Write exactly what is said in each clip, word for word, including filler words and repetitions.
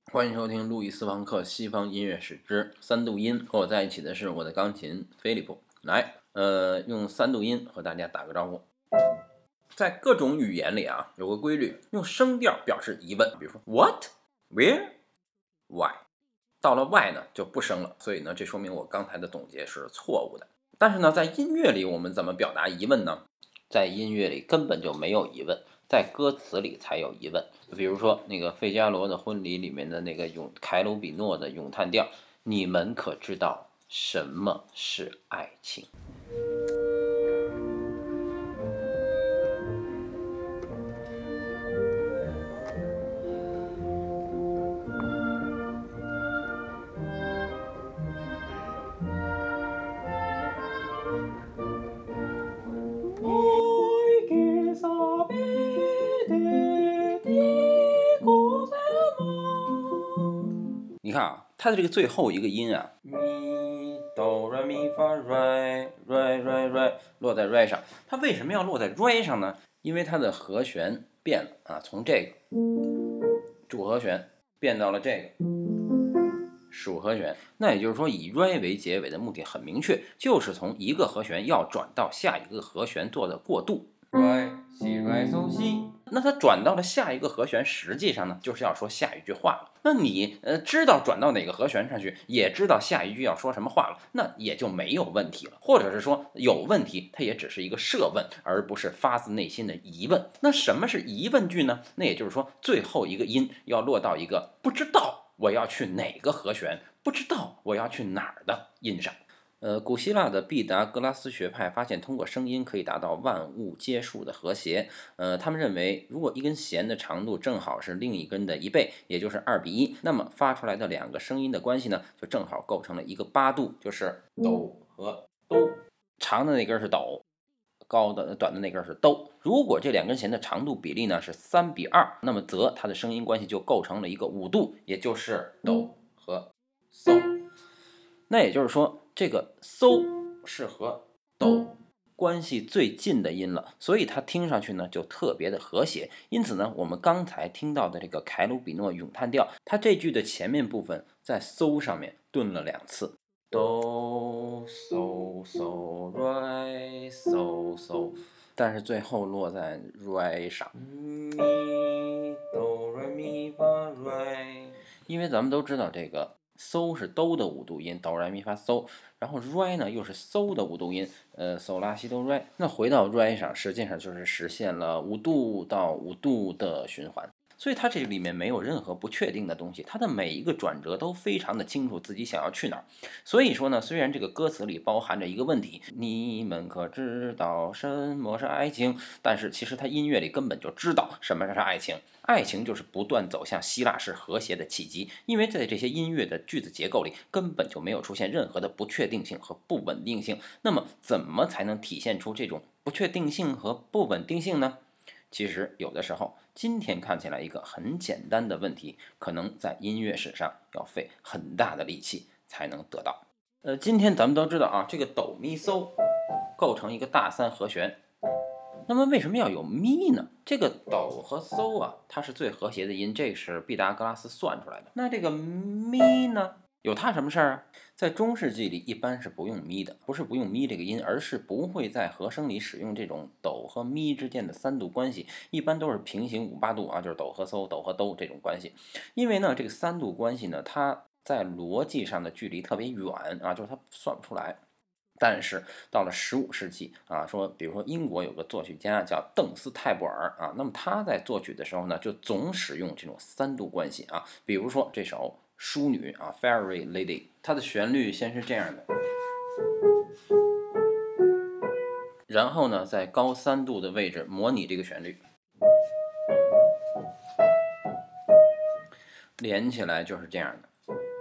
欢迎收听路易斯·房克西方音乐史之三度音。和我在一起的是我的钢琴菲利普。来，呃，用三度音和大家打个招呼。在各种语言里啊，有个规律，用声调表示疑问，比如说 what、where、why。到了 why 呢就不升了，所以呢，这说明我刚才的总结是错误的。但是呢，在音乐里我们怎么表达疑问呢？在音乐里根本就没有疑问，在歌词里才有疑问。比如说那个费加罗的婚礼里面的那个咏凯鲁比诺的咏叹调，你们可知道什么是爱情？你看啊，它的这个最后一个音啊，咪哆来咪发瑞瑞瑞瑞，落在瑞上。它为什么要落在瑞上呢？因为它的和弦变了啊，从这个主和弦变到了这个属和弦。那也就是说，以瑞为结尾的目的很明确，就是从一个和弦要转到下一个和弦做的过渡。瑞西瑞嗦西，那它转到了下一个和弦，实际上呢，就是要说下一句话了。那你呃知道转到哪个和弦上去，也知道下一句要说什么话了，那也就没有问题了。或者是说有问题，它也只是一个设问，而不是发自内心的疑问。那什么是疑问句呢？那也就是说，最后一个音要落到一个不知道我要去哪个和弦，不知道我要去哪儿的音上。呃，古希腊的毕达哥拉斯学派发现，通过声音可以达到万物皆数的和谐。呃，他们认为，如果一根弦的长度正好是另一根的一倍，也就是二比一，那么发出来的两个声音的关系呢，就正好构成了一个八度，就是哆和哆。长的那根是哆，高的短的那根是哆。如果这两根弦的长度比例呢是三比二，那么则它的声音关系就构成了一个五度，也就是哆和嗦。那也就是说，这个嗦是和哆关系最近的音了，所以它听上去呢就特别的和谐。因此呢，我们刚才听到的这个凯鲁比诺咏叹调，它这句的前面部分在嗦上面顿了两次，哆嗦嗦瑞嗦嗦，但是最后落在瑞上，咪哆瑞咪发瑞。因为咱们都知道这个嗦是哆的五度音，哆来咪发嗦，然后瑞呢又是嗦的五度音，呃，嗦拉西哆瑞。那回到瑞上，实际上就是实现了五度到五度的循环。所以它这里面没有任何不确定的东西，它的每一个转折都非常的清楚自己想要去哪儿。所以说呢，虽然这个歌词里包含着一个问题，你们可知道什么是爱情？但是其实它音乐里根本就知道什么是爱情。爱情就是不断走向希腊式和谐的契机，因为在这些音乐的句子结构里根本就没有出现任何的不确定性和不稳定性。那么怎么才能体现出这种不确定性和不稳定性呢？其实有的时候，今天看起来一个很简单的问题，可能在音乐史上要费很大的力气才能得到。呃，今天咱们都知道啊，这个哆咪嗦构成一个大三和弦。那么为什么要有咪呢？这个哆和嗦啊，它是最和谐的音，这是毕达哥拉斯算出来的。那这个咪呢，有它什么事儿啊？在中世纪里一般是不用咪的，不是不用咪这个音，而是不会在和声里使用这种哆和咪之间的三度关系，一般都是平行五八度啊，就是哆和嗦、哆和哆这种关系。因为呢，这个三度关系呢，它在逻辑上的距离特别远啊，就是它算不出来。但是到了十五世纪啊，说比如说英国有个作曲家叫邓斯泰布尔啊，那么他在作曲的时候呢，就总使用这种三度关系啊。比如说这首《淑女》啊，《Fairy Lady》，它的旋律先是这样的，然后呢，在高三度的位置模拟这个旋律，连起来就是这样的。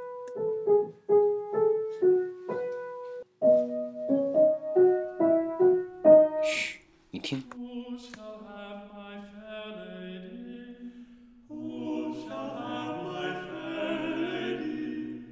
嘘，你听。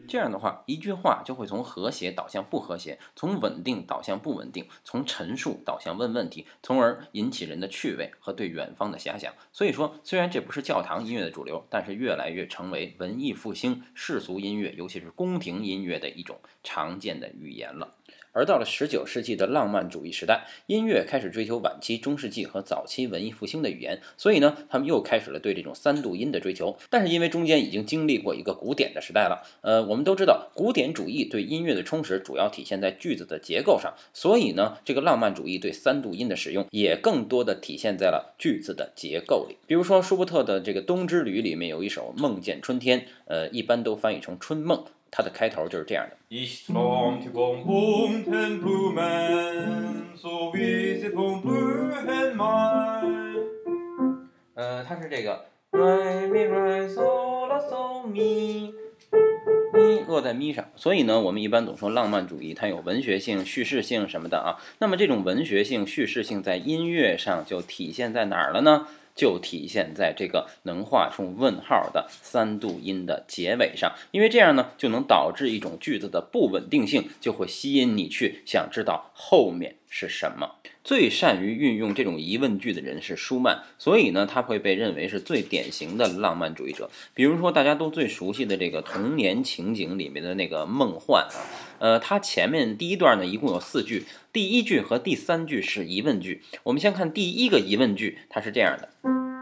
这样的话，一句话就会从和谐导向不和谐，从稳定导向不稳定，从陈述导向问问题，从而引起人的趣味和对远方的遐想。所以说，虽然这不是教堂音乐的主流，但是越来越成为文艺复兴世俗音乐，尤其是宫廷音乐的一种常见的语言了。而到了十九世纪的浪漫主义时代，音乐开始追求晚期中世纪和早期文艺复兴的语言，所以呢，他们又开始了对这种三度音的追求。但是因为中间已经经历过一个古典的时代了，呃，我们都知道古典主义对音乐的充实主要体现在句子的结构上，所以呢，这个浪漫主义对三度音的使用也更多的体现在了句子的结构里。比如说舒伯特的这个《冬之旅》里面有一首《梦见春天》，呃，一般都翻译成春梦。它的开头就是这样的 Ich träumte vom bunten Blumen, so wie sie vom blühen Mai。 呃，它是这个 Re mi re sol la sol mi， 咪落在咪上，所以呢，我们一般总说浪漫主义它有文学性、叙事性什么的啊。那么这种文学性、叙事性在音乐上就体现在哪儿了呢？就体现在这个能画出问号的三度音的结尾上，因为这样呢，就能导致一种句子的不稳定性，就会吸引你去想知道后面是什么。最善于运用这种疑问句的人是舒曼，所以呢，他会被认为是最典型的浪漫主义者。比如说大家都最熟悉的这个童年情景里面的那个梦幻啊，呃，它前面第一段呢一共有四句，第一句和第三句是疑问句。我们先看第一个疑问句，它是这样的。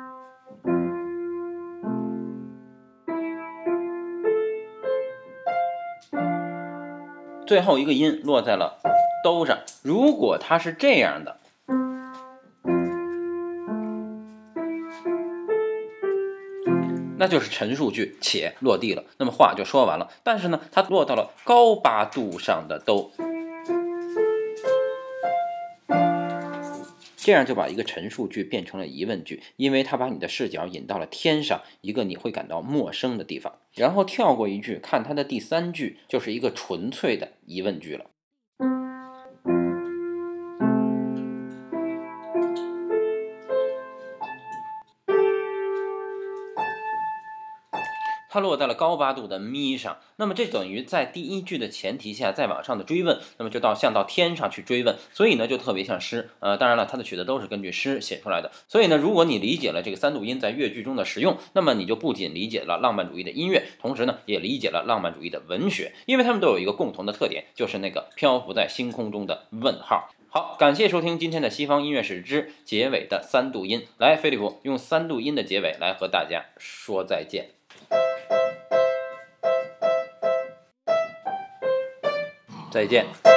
最后一个音落在了兜上，如果它是这样的，那就是陈述句且落地了，那么话就说完了。但是呢，它落到了高八度上的兜，这样就把一个陈述句变成了疑问句，因为它把你的视角引到了天上，一个你会感到陌生的地方。然后跳过一句，看它的第三句，就是一个纯粹的疑问句了。它落在了高八度的咪上，那么这等于在第一句的前提下再往上的追问，那么就到像到天上去追问，所以呢就特别像诗。呃，当然了，它的曲子都是根据诗写出来的，所以呢，如果你理解了这个三度音在乐句中的使用，那么你就不仅理解了浪漫主义的音乐，同时呢也理解了浪漫主义的文学，因为它们都有一个共同的特点，就是那个漂浮在星空中的问号。好，感谢收听今天的西方音乐史之结尾的三度音。来，飞利浦用三度音的结尾来和大家说再见。再见。